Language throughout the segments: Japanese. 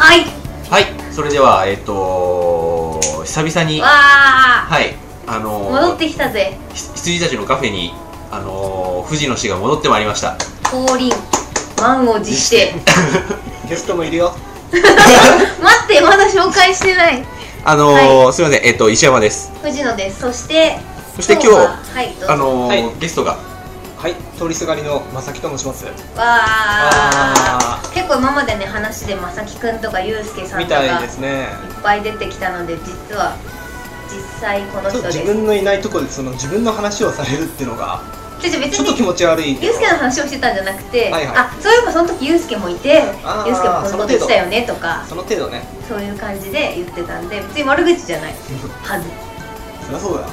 はい。 はい、それでは久々にわあ、 はい、 戻ってきたぜ。 羊たちのカフェに藤野氏が戻ってまいりました。 降臨、満を持してゲストもいるよ。 待って、まだ紹介してない。 はい、すみません、石山です。 藤野です。そして今日はい、どうぞ。 はい、ゲストがはい、通りすがりのまさきと申します。 わあ、結構今までね、話でまさきくんとかゆうすけさんとかみたいですね。 いっぱい出てきたので、実際この人です。 自分のいないところで自分の話をされるっていうのが別にちょっと気持ち悪い。 ゆうすけの話をしてたんじゃなくて、 はいはい、 あ、そういえばその時ゆうすけもいて、ゆうすけもこんなことしたよねとか、 その程度ね、 そういう感じで言ってたんで、別に悪口じゃないはず。 そりゃそうだ。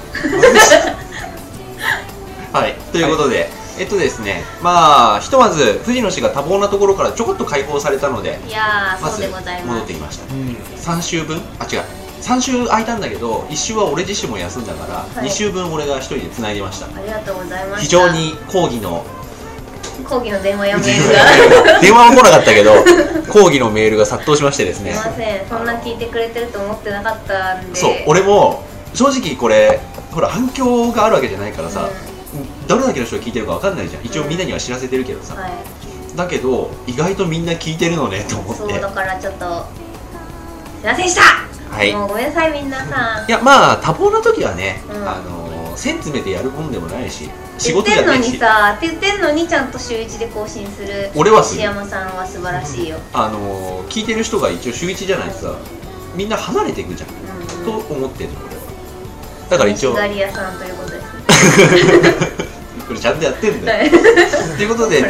はい、ということで、ですね、まあひとまず藤野氏が多忙なところからちょこっと解放されたので、 いやー、 まずそうでございます。 戻ってきました。3週分、あ、違う、3週空いたんだけど、1週は俺自身も休んだから、 はい、 2週分俺が1人で繋いでました。 ありがとうございました。 非常に抗議の電話やメールが電話は来なかったけど抗議のメールが殺到しましてですね。 すいません、そんな聞いてくれてると思ってなかったんで。 そう、俺も正直これほら反響があるわけじゃないからさ、どれだけの人が聞いてるか分かんないじゃん。一応みんなには知らせてるけどさ、 はい、 だけど意外とみんな聞いてるのねと思って。 そうだからちょっとすいませんでした。 はい、 もうごめんなさい皆さん。 いや、まあ多忙な時はね、線詰めてやるもんでもないし、仕事じゃないしって言ってんのにちゃんと週1で更新する俺はする。 石山さんは素晴らしいよ。 聞いてる人が一応週1じゃないとさ、みんな離れていくじゃん、と思ってるの俺は。だから一応ガリ屋さんということですねこれちゃんとやってんだよ、ということで、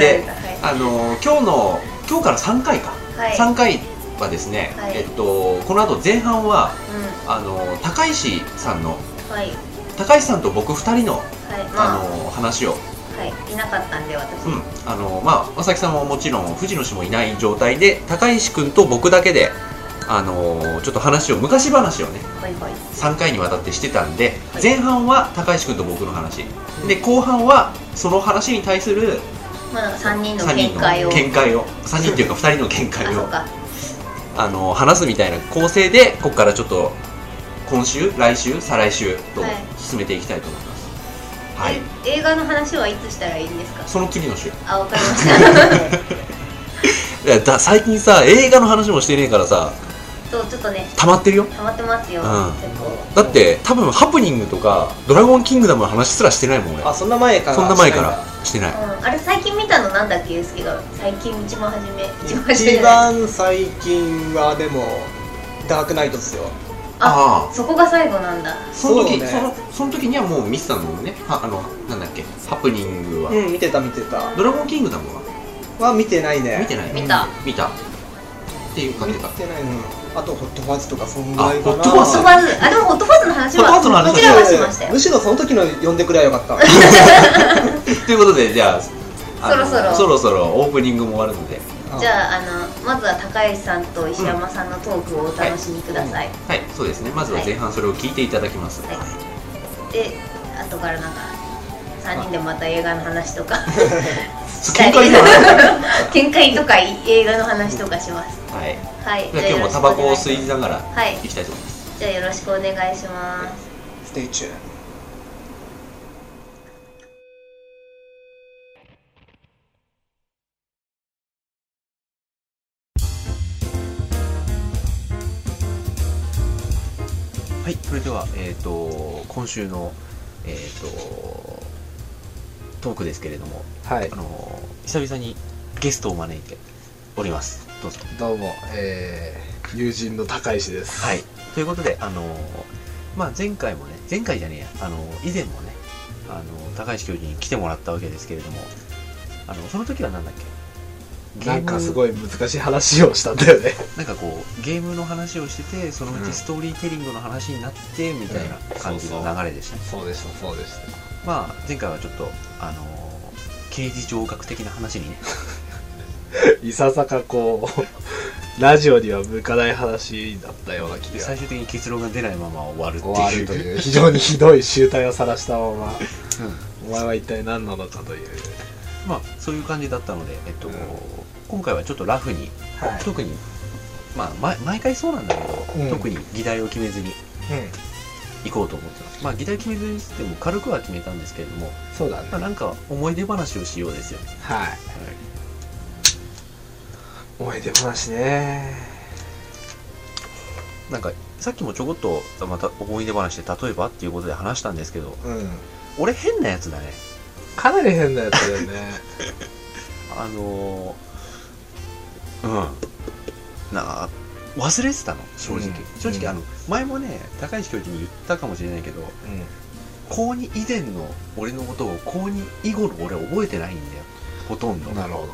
今日から3回か、3回はですね、この後前半は、高石さんの、高石さんと僕2人の、話を、 いなかったんで私、 まあまさきさんももちろん藤野氏もいない状態で、高石君と僕だけでちょっと昔話をね、3回にわたってしてたんで、前半は高石君と僕の話で、後半はその話に対する 3人の見解を 3人っていうか2人の見解を話すみたいな構成で、ここからちょっと今週、来週、再来週と進めていきたいと思います。はい、 映画の話はいつしたらいいんですか？ その次の週。 あ、わかりました最近さ、映画の話もしてねえからさ、 ちょっとね、 溜まってるよ。 溜まってますよ、 だって多分ハプニングとかドラゴンキングダムの話すらしてないもん俺。 あ、そんな前からしてない。 あれ最近見たのなんだっけ？ですけど、最近一番初め一番最近はでもダークナイトですよ。 そこが最後なんだ。 その時にはもう見てたのね。なんだっけ、ハプニングは。 見てた。 ドラゴンキングダムは見てないね。 見てない。 見たっていう感じか。 見てないの。あとホットファズとかそんぐらいかな。 でもホットファズの話はこちらはしましたよ。 むしろその時の呼んでくればよかったということで、じゃあそろそろオープニングも終わるので、 じゃあまずは高石さんと石山さんのトークをお楽しみください。 はい、そうですね。まずは前半それを聞いていただきます。 で、後からなんか3人でまた映画の話とか見解とか映画の話とかします。はい、じゃあ今日もタバコを吸いながらいきたいと思います。じゃあよろしくお願いします。 Stay tuned。 はい、それでは今週のトークですけれども、久々にゲストを招いております。どうぞ。 どうも、友人の高石です。 はい、ということでまあ前回じゃねえや、以前もね高石教授に来てもらったわけですけれども、その時はなんだっけ、 なんかすごい難しい話をしたんだよね。 なんかこうゲームの話をしてて、そのうちストーリーテリングの話になってみたいな感じの流れでしたね。 そうでした。 まあ前回はちょっと刑事上学的な話にねいささかこうラジオには向かない話だったような気が。 最終的に結論が出ないまま終わるという非常にひどい集大を晒したまま、お前は一体何なのかという、 まあそういう感じだったので、今回はちょっとラフに、特に毎回そうなんだけど、特に議題を決めずに行こうと思ってます。議題決めずにしても軽くは決めたんですけれども、 そうだね、 なんか思い出話をしようですよ。 はい、思い出話ね。 なんかさっきもちょこっとまた思い出話で例えばっていうことで話したんですけど、俺変なやつだね。 かなり変なやつだよね。 忘れてたの、正直。前もね高石教授に言ったかもしれないけど、高2以前の俺のことを高2以後の俺は覚えてないんだよ、ほとんど。 なるほど。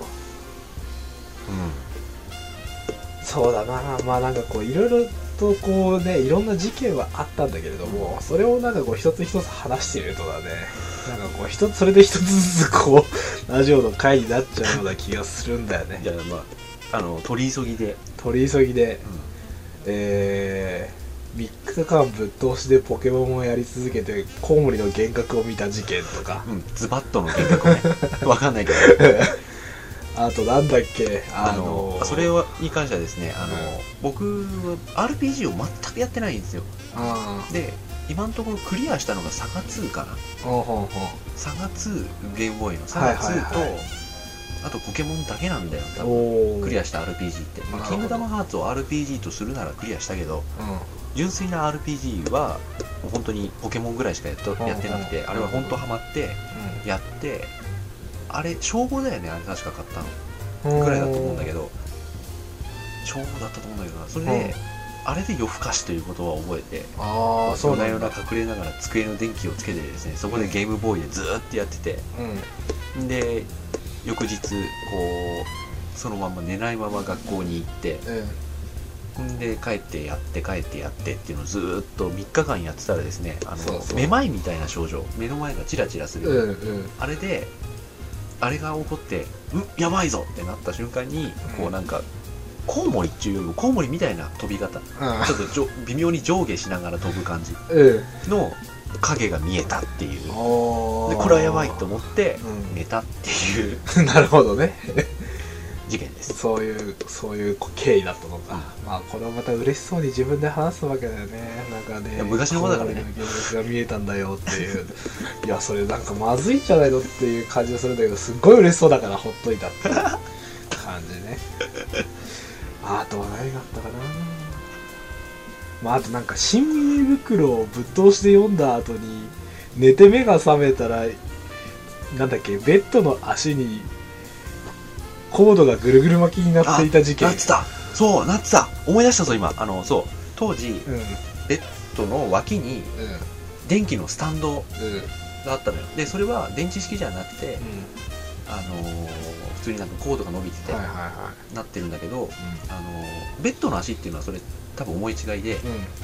そうだな。なんかこういろいろとこうね、いろんな事件はあったんだけれども、それをなんかこう一つ一つ話してみるとだね、なんかこうそれで一つずつこうラジオの回になっちゃうような気がするんだよね。 じゃあ取り急ぎで、 3日間ぶっ通しでポケモンをやり続けてコウモリの幻覚を見た事件とか、 ズバッとの幻覚をねわかんないけどあとなんだっけ、 それに関してはですね、僕は RPG を全くやってないんですよ。で今のところクリアしたのがサガ2かな。サガ2、ゲームボーイのサガ2と、あとポケモンだけなんだよ多分クリアした RPG って。キングダムハーツを RPG とするならクリアしたけど、純粋な RPG はもう本当にポケモンぐらいしかやってなくて、あれは本当ハマってやって、あれ小5だよね、あれ確か買ったのぐらいだと思うんだけど、小5だったと思うんだけどな。それであれで夜更かしということは覚えて、夜な夜な隠れながら机の電気をつけてですね、そこでゲームボーイでずーっとやってて、で翌日こうそのまま寝ないまま学校に行って、で帰ってやってっていうのをずーっと3日間やってたらですね、めまいみたいな症状、目の前がチラチラする、あれが起こって、やばいぞってなった瞬間に、こうなんかコウモリっていうよりもコウモリみたいな飛び方、ちょっと微妙に上下しながら飛ぶ感じの影が見えたっていう、でこれはやばいと思って寝たっていうなるほどね事件です。 そういう経緯だったのか。これはまた嬉しそうに自分で話すわけだよね。なんかね、 昔のことだからね、 現実が見えたんだよっていういやそれなんかまずいんじゃないのっていう感じがするんだけど、すっごい嬉しそうだからほっといたっていう感じねあとは何があったかな。あとなんか新耳袋をぶっ通して読んだ後に寝て目が覚めたら、なんだっけ、ベッドの足にコードがぐるぐる巻きになっていた事件。 なってた思い出したぞ今。そう当時、ベッドの脇に電気のスタンドがあったのよ。でそれは電池式じゃなくて、普通になんかコードが伸びててなってるんだけど、ベッドの足っていうのはそれ多分思い違いで、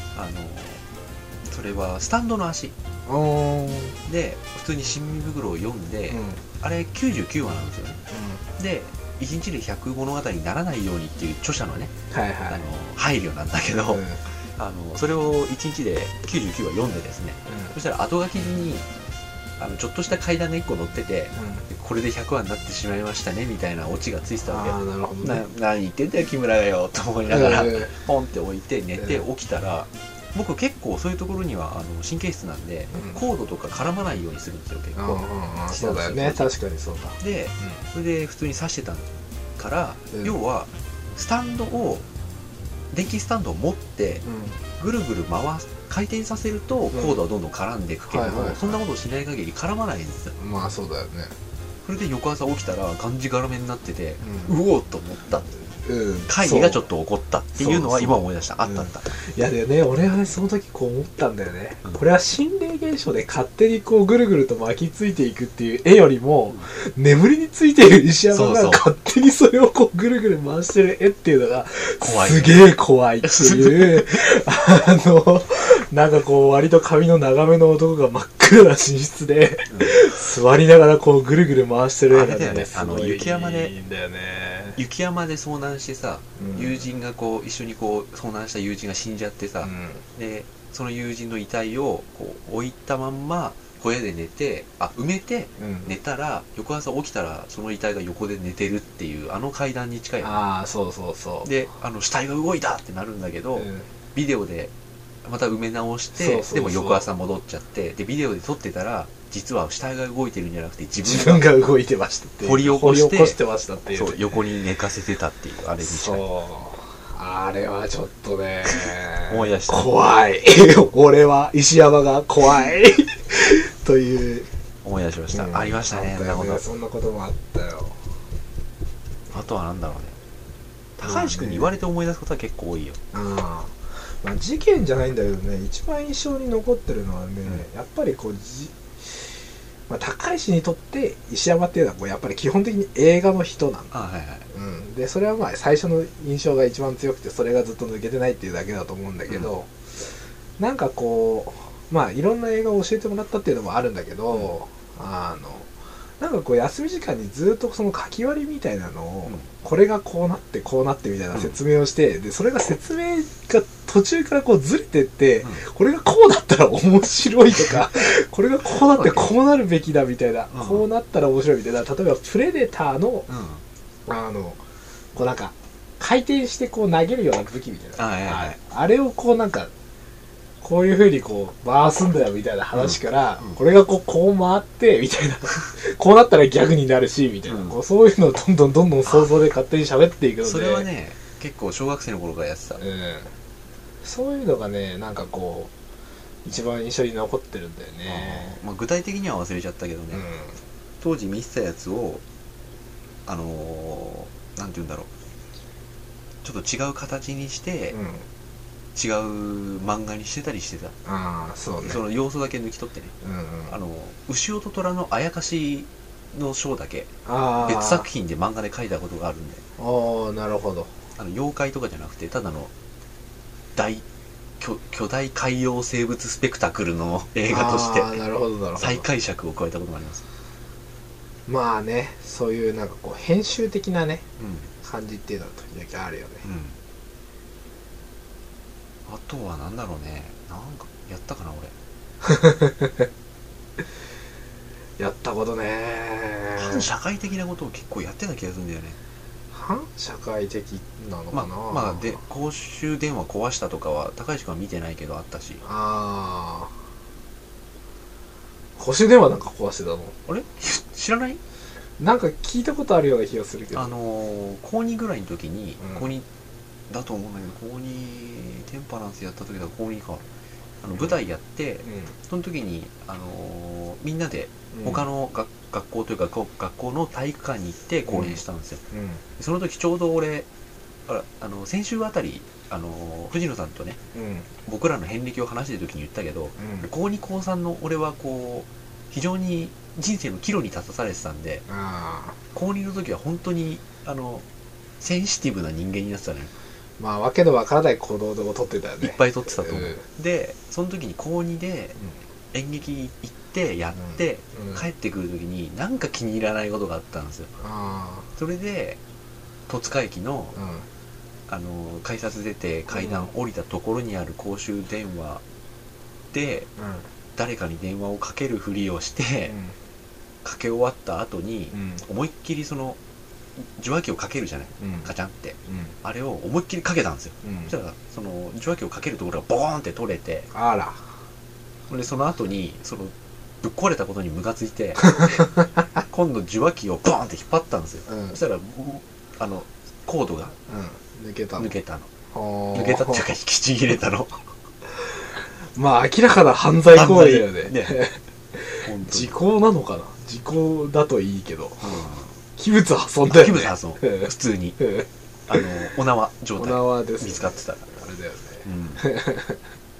それはスタンドの足で普通に新耳袋を読んで、あれ99話なんですよね。で1日で100物語にならないようにっていう著者のね、配慮なんだけど、それを1日で99話読んでですね、そしたら後書きにちょっとした階段が1個載ってて、これで100話になってしまいましたねみたいなオチがついてたわけ。何言ってんだよ木村がよと思いながらポンって置いて寝て起きたら、僕結構そういうところには神経質なんで、コードとか絡まないようにするんですよ結構。 そうだよね、確かにそうだ。 でそれで普通に挿してたから、要はスタンドを電気スタンドを持ってぐるぐる回転させるとコードはどんどん絡んでいくけども、そんなことをしない限り絡まないんですよ。 そうだよね。 それで翌朝起きたらがんじがらめになってて、うおーっと思った会議がちょっと起こったっていうのは今思い出した。あった。 いやだよね、俺はねその時こう思ったんだよね。これは心霊現象で勝手にこうぐるぐると巻きついていくっていう絵よりも、眠りについている石山が勝手にそれをこうぐるぐる回してる絵っていうのがすげえ怖いっていうなんかこう割と髪の長めの男が真っ暗な寝室で、座りながらこうぐるぐる回してる絵がね、 雪山でいいんだよね。 雪山で遭難してさ、友人がこう一緒にこう遭難した友人が死んじゃってさ、でその友人の遺体をこう置いたまんま小屋で寝て埋めて寝たら、翌朝起きたらその遺体が横で寝てるっていう階段に近いよね。 そうで死体が動いたってなるんだけど、ビデオでまた埋め直して、でも翌朝戻っちゃって、でビデオで撮ってたら実は死体が動いてるんじゃなくて自分が動いてましたって掘り起こしてましたっていう、 そう横に寝かせてたっていうあれに近い。 あれはちょっとね思い出した。 怖い俺は石山が怖いという思い出しました、ありましたね。 そんなこともあったよ。 あとはなんだろうね、高橋君に言われて思い出すことは結構多いよ。 事件じゃないんだけどね、一番印象に残ってるのはね、やっぱりこう高橋にとって石山っていうのはやっぱり基本的に映画の人なんだ。でそれは最初の印象が一番強くて、それがずっと抜けてないっていうだけだと思うんだけど、なんかこういろんな映画を教えてもらったっていうのもあるんだけど、なんかこう休み時間にずっとその書き割りみたいなのを、これがこうなってこうなってみたいな説明をして、でそれが説明が途中からこうずれてって、これがこうだったら面白いとかこれがこうなってこうなるべきだみたいな、こうなったら面白いみたいな、例えばプレデターの、こうなんか回転してこう投げるような武器みたいな、あれをこうなんかこういう風にこう回すんだよみたいな話から、これがこう回ってみたいなこうなったら逆になるしみたいな、そういうのをどんどん想像で勝手に喋っていくので、 それはね結構小学生の頃からやってた。 そういうのがねなんかこう一番印象に残ってるんだよね。 具体的には忘れちゃったけどね、当時見せたやつをなんて言うんだろう、ちょっと違う形にして、違う漫画にしてたりしてた。 そうね、 その要素だけ抜き取ってね、牛尾と虎のあやかしの章だけ別作品で漫画で書いたことがあるんで。 なるほど。 妖怪とかじゃなくてただの巨大海洋生物スペクタクルの映画として再解釈を加えたことがあります。 まあね、そういうなんかこう編集的なね、感じっていうのは時々あるよね。 あとはなんだろうね、なんかやったかな俺やったことね、 反社会的なことを結構やってた気がするんだよね。 反社会的なのかな。 で公衆電話壊したとかは高橋君は見てないけどあったし。 公衆電話なんか壊してたの？ あれ知らない？ なんか聞いたことあるような気がするけど、 高2ぐらいの時に、高2だと思うんだけど、高2テンパランスやった時だ高2か、舞台やって、その時にみんなで他の学校というか学校の体育館に行って公演したんですよ。その時ちょうど俺先週あたり藤野さんとね、僕らの遍歴を話してる時に言ったけど、高2高3の俺はこう非常に人生の岐路に立たされてたんで、高2の時は本当にセンシティブな人間になってたのよ。 わけのわからない行動を取ってたよね。 いっぱい取ってたと思う。でその時に高2で演劇行ってやって、帰ってくる時になんか気に入らないことがあったんですよ。それで戸塚駅の、改札出て階段降りたところにある公衆電話で、誰かに電話をかけるふりをして、かけ終わった後に、思いっきりその受話器をかけるじゃない、カチャンって、あれを思いっきりかけたんですよ。そしたらその受話器をかけるところがボーンって取れて、でその後にそのぶっ壊れたことにムカついて今度受話器をボーンって引っ張ったんですよ。そしたらコードが抜けたの。抜けたっていうか引きちぎれたの。 明らかな犯罪行為だよね。時効なのかな。時効だといいけど、器物破損だよね。 器物破損普通にお縄状態見つかってた。あれだよね。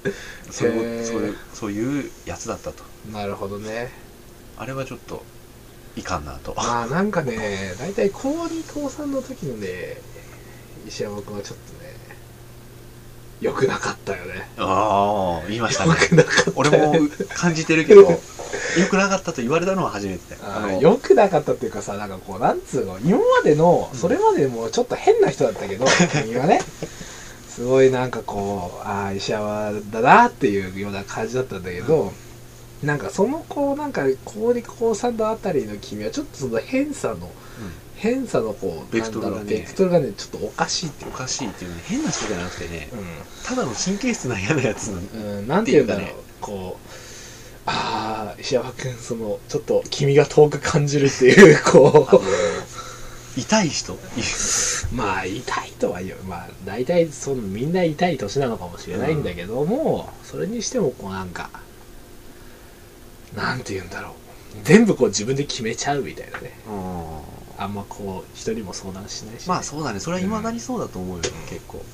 そういうやつだったと。 なるほどね。 あれはちょっといかんなと。 なんかね、大体高2高3の時のね石山君はちょっとね良くなかったよね。 言いましたね。 良くなかった。 俺も感じてるけど良くなかったと言われたのは初めてだよ。 良くなかったっていうかさ、なんかこうなんつうの、今までのそれまでもちょっと変な人だったけど、君はねすごいなんかこう石山だなっていうような感じだったんだけど、 なんかそのこうなんか高2高3のあたりの君はちょっとその偏差のこうベクトルがねベクトルがねちょっとおかしいっていうおかしいっていうね、変な人じゃなくてね、ただの神経質な嫌なやつなんていうんだろう、こう石山君そのちょっと君が遠く感じるっていうこう痛い人まあ痛いとは言う、まあ大体みんな痛い年なのかもしれないんだけども、それにしてもこうなんかなんて言うんだろう、全部こう自分で決めちゃうみたいなね。あんまこう人にも相談しないし、ね、 まあそうだね、それは未だにそうだと思うよ、結構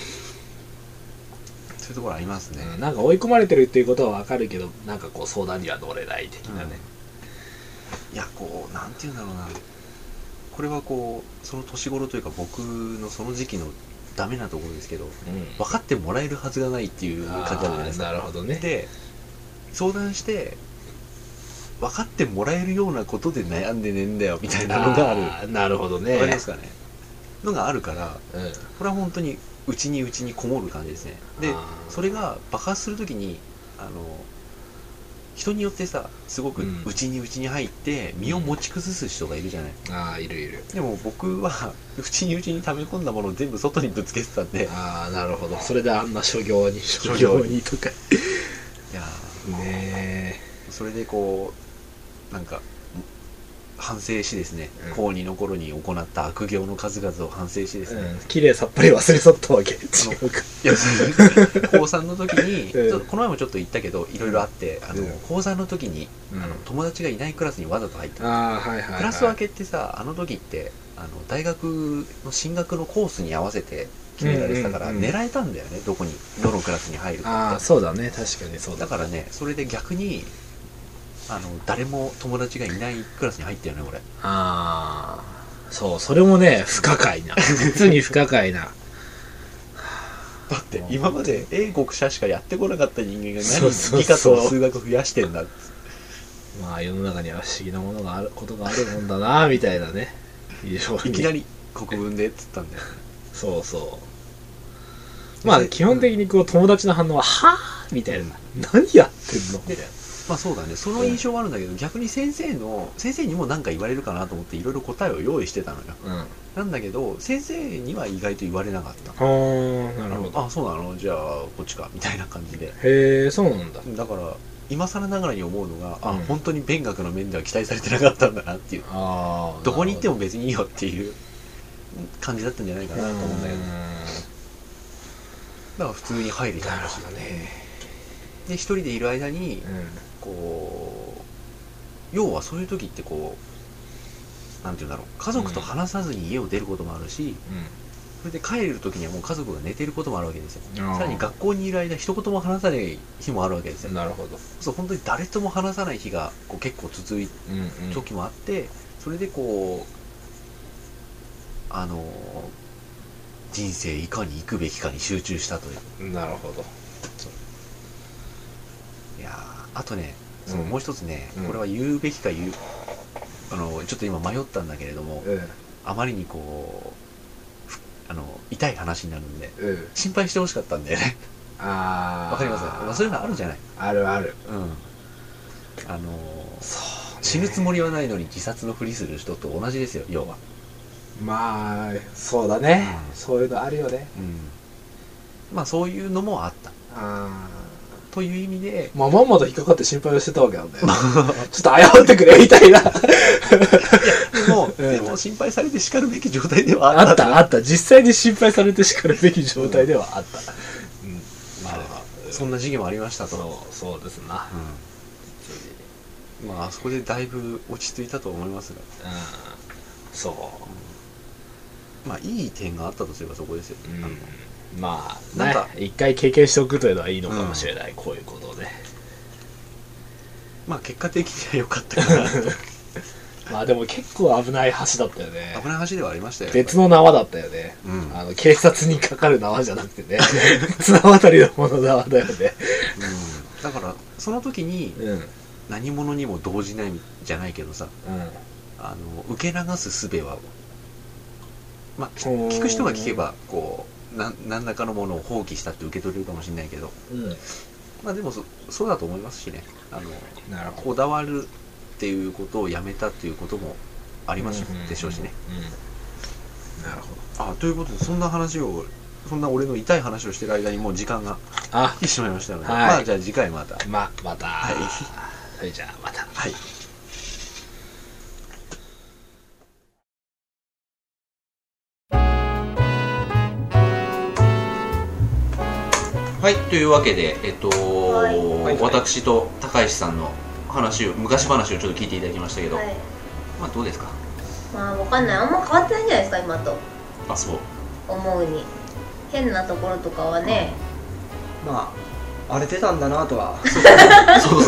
そういうところありますね、 なんか追い込まれてるっていうことは分かるけど、なんかこう相談には乗れない的なね、 いやこうなんて言うんだろうな、これはこうその年頃というか僕のその時期のダメなところですけど、分かってもらえるはずがないっていう感じなんじゃないですか。 なるほどね。 で相談して分かってもらえるようなことで悩んでねえんだよみたいなのがある。 なるほどね。 わかりますかね。のがあるから、これは本当に内にこもる感じですね。でそれが爆発するときに人によってさ、すごく内に入って身を持ち崩す人がいるじゃない。 いる。でも僕は内に溜め込んだものを全部外にぶつけてたんで。 なるほど。それであんな諸行にとか。 いやねえ。それでこうなんか反省しですね、高2の頃に行った悪行の数々を反省しですね、 綺麗さっぱり忘れ去ったわけ。違うか。 いや高3の時に、この前もちょっと言ったけどいろいろあって、高3の時に友達がいないクラスにわざと入った。クラス分けってさ、あの時って大学の進学のコースに合わせて決められてたから狙えたんだよね、どのクラスに入るかって。 そうだね、確かにそうだからね、それで逆に誰も友達がいないクラスに入ったよね、俺。 そう、それもね、不可解な。実に不可解な。 だって今まで英国社しかやってこなかった人間が何理科と数学増やしてんだって。 まあ世の中には不思議なものがあることがあるもんだなみたいなね。 いきなり国文でっつったんだよね。 そうそう。まあ基本的にこう友達の反応ははぁみたいな、何やってんのみたいな。 まあそうだね、その印象はあるんだけど、逆に先生にも何か言われるかなと思っていろいろ答えを用意してたのよ、なんだけど先生には意外と言われなかった。 なるほど。 そうなの、じゃあこっちかみたいな感じで。 へえ、そうなんだ。 だから今更ながらに思うのが、本当に勉学の面では期待されてなかったんだなっていう、どこに行っても別にいいよっていう感じだったんじゃないかなと思うんだけど、だから普通に入れたらしいよね。で一人でいる間に、こう要はそういう時ってこうなんていうんだろう、家族と話さずに家を出ることもあるし、それで帰る時にはもう家族が寝てることもあるわけですよ。さらに学校にいる間一言も話さない日もあるわけですよ。 なるほど。 そう、本当に誰とも話さない日がこう結構続い時もあって、それでこう人生いかに生くべきかに集中したという。 なるほど。 いやあとね、もう一つね、これは言うべきかちょっと今迷ったんだけれども、あまりにこう痛い話になるんで、心配してほしかったんだよね。わかります？そういうのあるじゃない。 あるある。 死ぬつもりはないのに自殺のふりする人と同じですよ、要は。 まあそうだね、そういうのあるよね。 まあそういうのもあった。という意味で、 まんまと引っかかって心配をしてたわけなんだよ。ちょっと謝ってくれみたいな。 でも心配されて叱るべき状態ではあった。実際に心配されて叱るべき状態ではあった。 まあそんな時期もありましたと。 そうですな。 まああそこでだいぶ落ち着いたと思いますが。まあいい点があったとすればそこですよ。 まあなんか一回経験しておくというのはいいのかもしれない、こういうことで。 まあ結果的には良かったかなと。 まあでも結構危ない橋だったよね。 危ない橋ではありましたよ。 別の縄だったよね。警察にかかる縄じゃなくてね、綱渡りのもの縄だよね。 だからその時に何者にも動じないじゃないけどさ、受け流す術は、まあ聞く人が聞けばこう何らかのものを放棄したって受け取れるかもしれないけど、 まあでもそうだと思いますしね、こだわるっていうことをやめたっていうこともありますでしょうしね。 なるほど。 ということで、そんな俺の痛い話をしてる間にもう時間が来てしまいましたので、まあじゃあ次回また。 また。 はい。 それじゃあまた。 はい。はい、というわけで、私と高石さんの昔話をちょっと聞いていただきましたけど、まあどうですか？ まあわかんない、あんま変わってないんじゃないですか、今と。 そう。 思うに。変なところとかはね。 まあ荒れてたんだなとは。 そう。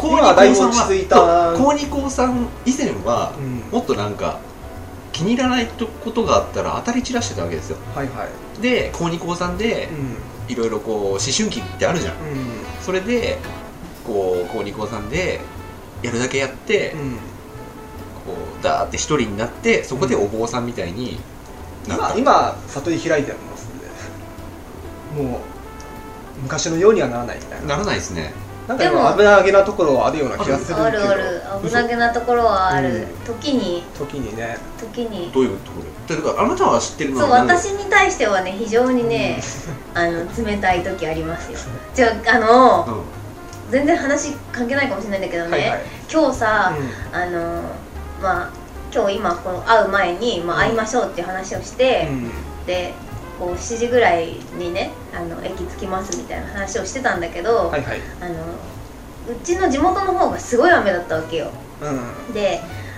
高二高さん以前は、もっとなんか気に入らないことがあったら当たり散らしてたわけですよ。で、高二高さんで、いろいろこう思春期ってあるじゃん。それでこう高二高さんでやるだけやって、こうダーって一人になって、そこでお坊さんみたいになった。 今悟り開いてありますんで、もう昔のようにはならないみたいな。 ならないですね。 なんか今危なげなところはあるような気がするけど。 ある危なげなところはある。時にね。 どういうところ？だからあなたは知ってるの？ そう、私に対してはね、非常にね、冷たい時ありますよ。じゃあ全然話関係ないかもしれないんだけどね、今日さ、まあ今日今この会う前に会いましょうっていう話をして、でこう7時ぐらいにね駅着きますみたいな話をしてたんだけど、うちの地元の方がすごい雨だったわけよ。で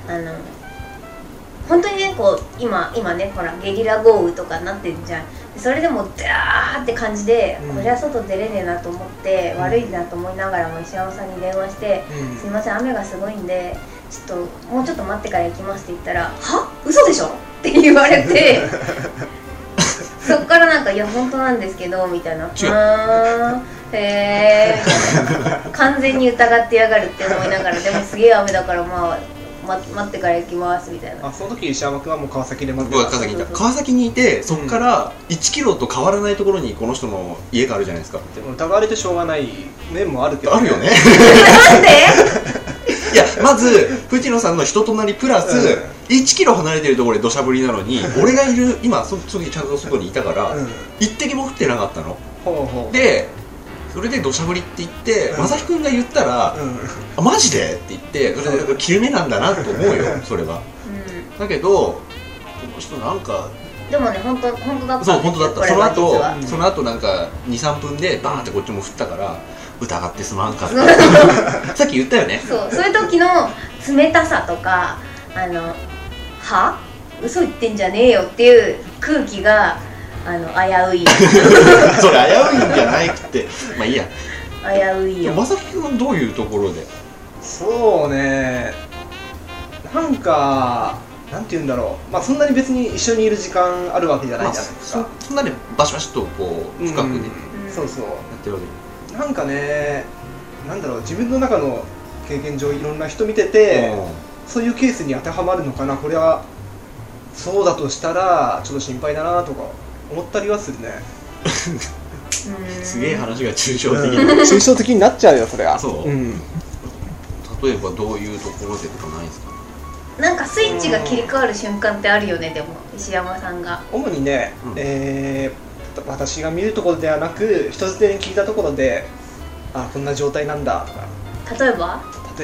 本当にね、こう今ね、ほらゲリラ豪雨とかなってるじゃん。それでもダーって感じで、こりゃ外出れねえなと思って、悪いなと思いながらも石山さんに電話して「すいません、雨がすごいんでもうちょっと待ってから行きます」って言ったら「は？嘘でしょ？」って言われてそっからなんか「いや本当なんですけど」みたいな「へえ」完全に疑ってやがるって思いながら、でもすげえ雨だから待ってから行きますみたいな。 その時石山君はもう川崎で待ってた。川崎にいて、そこから1キロと変わらないところにこの人の家があるじゃないですか。 でも疑われてしょうがない面もあるけど、 あるよね。 なんで？ いや、まず藤野さんの人となりプラス、1キロ離れてるところで土砂降りなのに、俺がいる今その時ちゃんと外にいたから、一滴も降ってなかったの。でそれで土砂降りって言って、まさひくんが言ったら「マジで?」って言って、それで切れ目なんだなと思うよ、それは。だけどこの人なんかでもね、本当だったんですよ。 そう、本当だった。その後なんか 2,3 分でバーンってこっちも降ったから疑ってすまんかったさっき言ったよね。 そういう時の冷たさとかは嘘言ってんじゃねえよっていう空気が危ういそれ危ういんじゃないって、まあいいや、 危ういよ。 まさきくんはどういうところで？ そうね、なんかなんて言うんだろう、そんなに別に一緒にいる時間あるわけじゃないじゃないですか。 そんなにバシバシとこう深くね、 そうやってるわけ。なんかね、なんだろう、自分の中の経験上いろんな人見てて、そういうケースに当てはまるのかな、これはそうだとしたらちょっと心配だなとか思ったりはするね。 すげえ話が抽象的抽象的になっちゃうよ、それは。 そう、例えばどういうところでとかないですか？ なんかスイッチが切り替わる瞬間ってあるよね。でも石山さんが主にね、私が見るところではなく人づてに聞いたところで、こんな状態なんだとか。例えば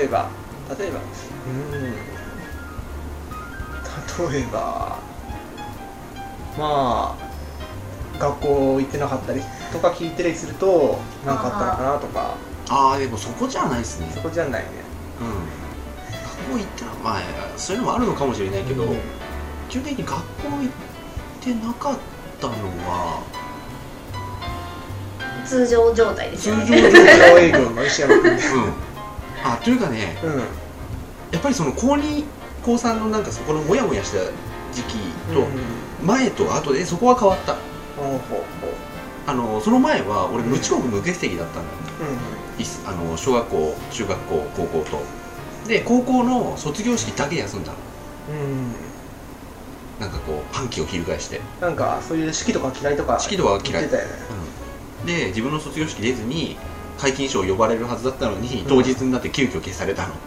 学校行ってなかったりとか聞いてたりすると何かあったのかなとか。 でもそこじゃないですね。 そこじゃないね。 学校行ってそういうのもあるのかもしれないけど、基本的に学校行ってなかったのは通常状態ですよね。 通常営業の石山君。 というかね、やっぱりその高2高3のなんかそこのモヤモヤした時期と前と後でそこは変わった。その前は俺無遅刻無欠席だったんだよ、小学校、中学校、高校と。で高校の卒業式だけ休んだの。なんかこう反旗を翻して、 なんかそういう式とか嫌いとか式とか嫌い言ってたよね。 で自分の卒業式出ずに皆勤賞呼ばれるはずだったのに、当日になって急遽消されたの。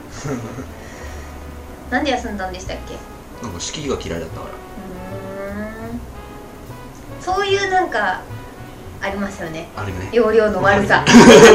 なんで休んだんでしたっけ？ なんか式が嫌いだったから。 そういうなんかありますよね。 あるね。 容量の悪さ。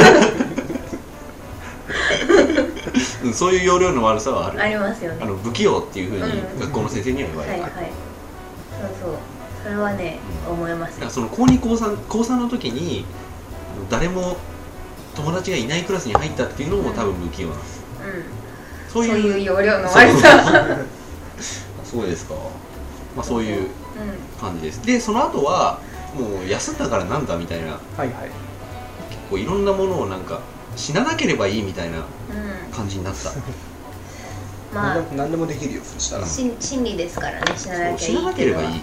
うん、そういう容量の悪さはある。 ありますよね。 不器用っていう風に学校の先生には言われる。 はいはい。そうそう。それはね、思います。 だからその高2高3の時に誰も友達がいないクラスに入ったっていうのも多分不器用なんです。 そういう容量の悪さ。 そうですか。まあそういう感じです。でその後はもう休んだからなんだみたいな、 はいはい、 結構いろんなものをなんか死ななければいいみたいな感じになった。 まあ何でもできるよそしたら。 真理ですからね、死ななきゃいいっていうのは。 死ななければいい。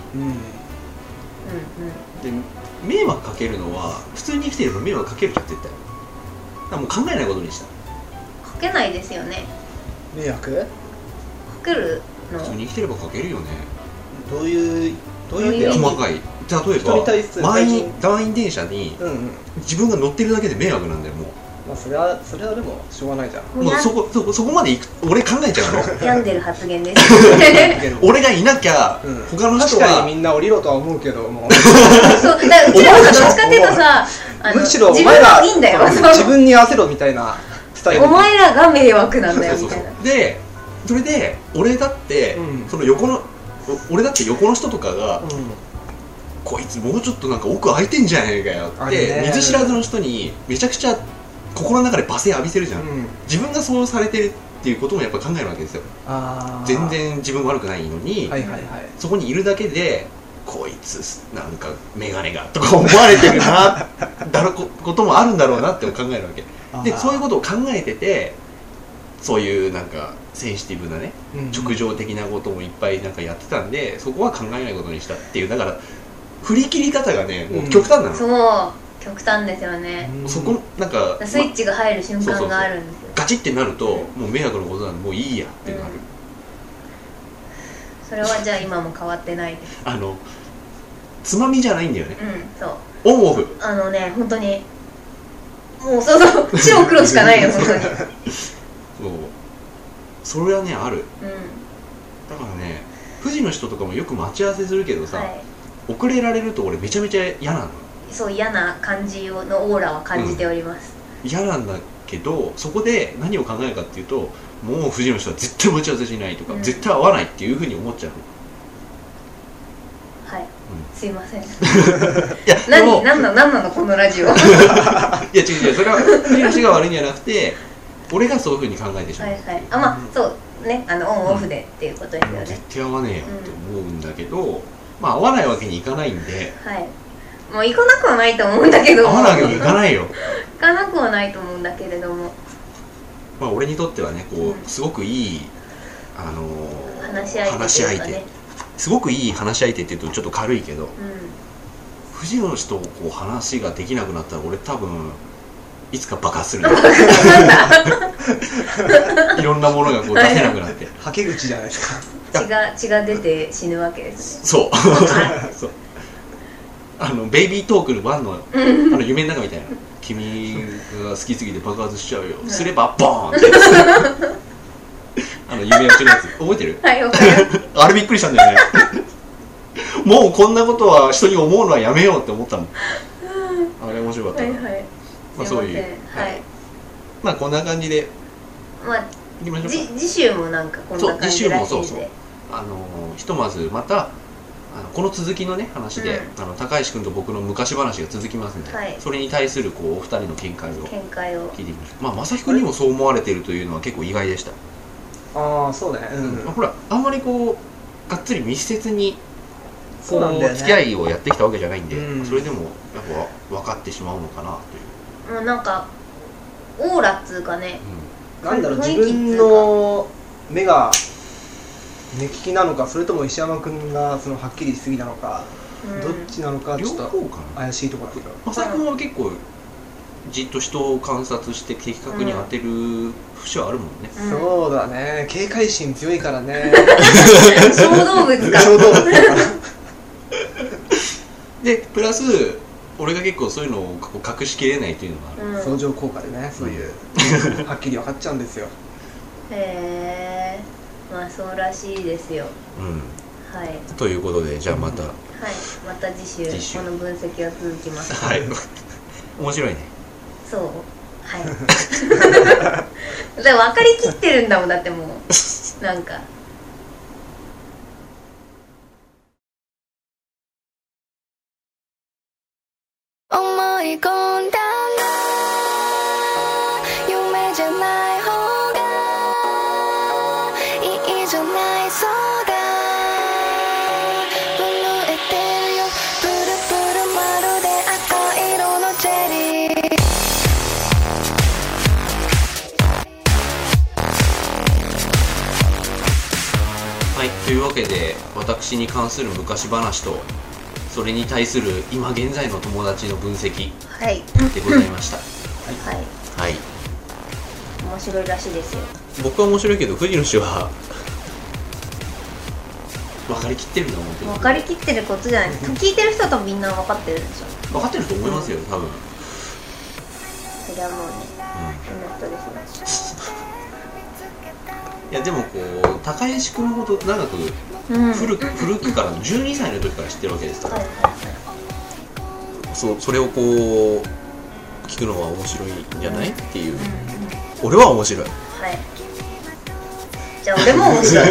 で迷惑かけるのは普通に生きてれば迷惑かけるじゃん絶対。だからもう考えないことにした。 かけないですよね。 迷惑？ かけるの？ 普通に生きてればかけるよね。 どういう細かい。例えば満員電車に自分が乗ってるだけで迷惑なんだよもう。 まあそれはでもしょうがないじゃん。 もうそこまで行く俺考えちゃうの。 病んでる発言です。 俺がいなきゃ他の人は確かにみんな降りろとは思うけども。 そうだからうちらはどっちかっていうとさ、 むしろお前ら自分に合わせろみたいなスタイル。 お前らが迷惑なんだよみたいな。 でそれで俺だってその横の人とかがこいつもうちょっとなんか奥開いてんじゃねえかよって見ず知らずの人にめちゃくちゃ心の中で罵声浴びせるじゃん、自分がそうされてるっていうこともやっぱ考えるわけですよ。全然自分悪くないのに、そこにいるだけでこいつなんかメガネがとか思われてるなこともあるんだろうなって考えるわけで、そういうことを考えててそういうなんかセンシティブなね、直情的なこともいっぱいなんかやってたんで、そこは考えないことにしたっていう。だから振り切り方がねもう極端なの、 そう極端ですよね。 そこなんかスイッチが入る瞬間があるんですよ。 ガチってなるともう迷惑のことなんでもういいやってなる、 それはじゃあ今も変わってないです。 つまみじゃないんだよね。 そうオンオフね本当にもうそう白黒しかないよ本当に。 それはねある、だからね富士の人とかもよく待ち合わせするけどさ、遅れられると俺めちゃめちゃ嫌なの。 そう嫌な感じのオーラは感じております、 嫌なんだけどそこで何を考えるかっていうともう富士の人は絶対待ち合わせしないとか、絶対会わないっていうふうに思っちゃうの。 はい、すいません。いや何なのこのラジオ。いや違うそれは富士の人が悪いんじゃなくて俺がそういうふうに考えてしまう。 まあそうね、オンオフでっていうことですよね。 絶対会わねえよって思うんだけど、まあ会わないわけにいかないんで、 もう行かなくはないと思うんだけど。 会わないわけにいかないよ。 行かなくはないと思うんだけれども、 まあ俺にとってはねこうすごくいい話し相手、 すごくいい話し相手って言うとちょっと軽いけど、富士の人とこう話ができなくなったら俺多分いつか爆発する。いろんなものがこう出せなくなって。 はけ口じゃないですか。 血が出て死ぬわけですね。 そう。そう。ベイビートークのワンの夢の中みたいな。君が好きすぎて爆発しちゃうよ。すればボーンって。夢落ちのやつ覚えてる？ はい、わかる。 あれびっくりしたんだよね。もうこんなことは人に思うのはやめようって思ったもん。あれ面白かった。まあそういう、まあこんな感じで、 まあ次週もなんかこんな感じらしいんで、そうひとまずまたこの続きのね話で、高石君と僕の昔話が続きますので、それに対するこうお二人の見解を聞いてみましょう。まあ正樹君にもそう思われているというのは結構意外でした。 ああそうね、 ほらあんまりこうがっつり密接にこう付き合いをやってきたわけじゃないんで、それでもやっぱ分かってしまうのかなという。 もうなんかオーラっつうかね、 なんだろう、自分の目が目利きなのか、それとも石山君がそのはっきりしすぎなのか、どっちなのかちょっと怪しいところだけど、 正木君は結構じっと人を観察して的確に当てる節はあるもんね。 そうだね、警戒心強いからね。 小動物か。 小動物か。 でプラス俺が結構そういうのを隠しきれないっていうのがある、 相乗効果でね、そういうはっきり分かっちゃうんですよ。 へえ、まあそうらしいですよ。はい。 ということで、じゃあまた、 はい、また次週この分析は続きます。 はい面白いね。 そう、はい。だから分かりきってるんだもん、だってもうなんか。 思い込んだんだ、夢じゃない方がいいじゃない、そうだ、震えてるよ、プルプルまるで赤色のチェリー。 はい、というわけで私に関する昔話とそれに対する今現在の友達の分析はいでございました。 はいはい、 面白いらしいですよ。 僕は面白いけど藤野氏は分かりきってると思うけど。 分かりきってることじゃないですか。聞いてる人は多分みんな分かってるでしょ。 分かってると思いますよ、多分。 それはもうね、変な人ですね。 いやでもこう高石君ほど長く古くからの12歳の時から知ってるわけですから、それをこう聞くのは面白いんじゃないっていう、俺は面白い。 はい。じゃあ俺も面白い。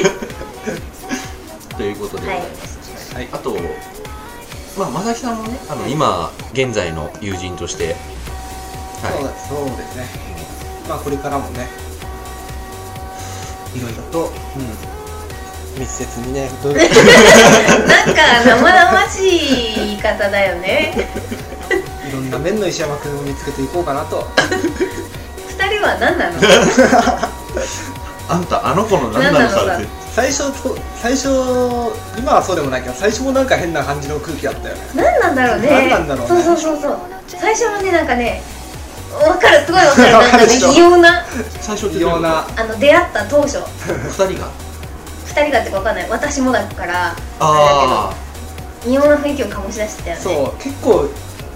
ということでございます。はい。あとまあ正木さんもね、今現在の友人として、 そうですね。まあこれからもね、いろいろと、密接にね、なんか生々しい言い方だよね。 いろんな面の石山君を見つけていこうかなと。 二人は何なの？ あんたあの子の何なのさって。 最初今はそうでもないけど、最初もなんか変な感じの空気あったよね。 何なんだろうね。 何なんだろうね。 そう最初はね、なんかね、分かる、すごい分かる。なんかね、異様な、 最初って異様な、 出会った当初 2人がってか分かんない、私もだからあれだけど、異様な雰囲気を醸し出してたよね。 そう、結構でも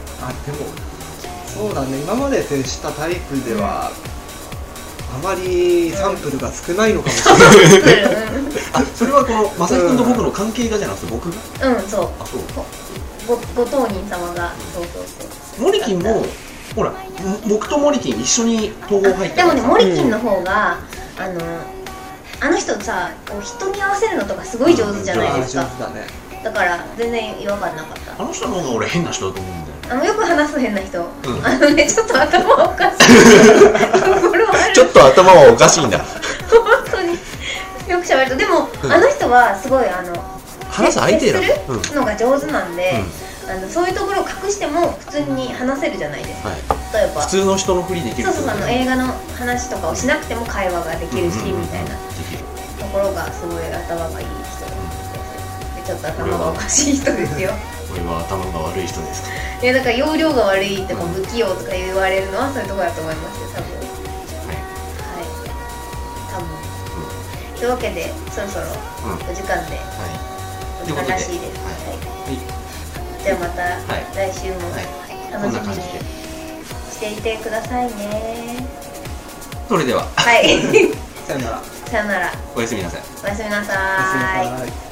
そうだね、今まで接したタイプでは、あまりサンプルが少ないのかもしれない。 それはこの正木君と僕の関係がじゃなくて僕がそう。ご当人様がそうモリキンもほら、僕とモリキン一緒に統合入ってでもね、モリキンの方があの人さ、人に合わせるのとかすごい上手じゃないですか。だから全然違和感なかった。 あの人の方が俺変な人だと思うんだよ。 よく話す変な人、ちょっと頭おかしい。 ちょっと頭はおかしいんだ。 本当によく喋ると。でも、あの人はすごい話す相手だ接するのが上手なんで、そういうところを隠しても普通に話せるじゃないですか。例えば普通の人のふりできる。 そう映画の話とかをしなくても会話ができるし、みたいなところがすごい頭がいい人で、ちょっと頭がおかしい人ですよ。 俺は頭が悪い人ですか？ だから容量が悪いとか不器用とか言われるのはそういうところだと思いますよ、多分。多分。というわけで、そろそろお時間でお時間らしいです。じゃあまた来週も楽しみにしていてくださいね。 それでは。 はい。 さよなら。 さよなら。 おやすみなさい。 おやすみなさい。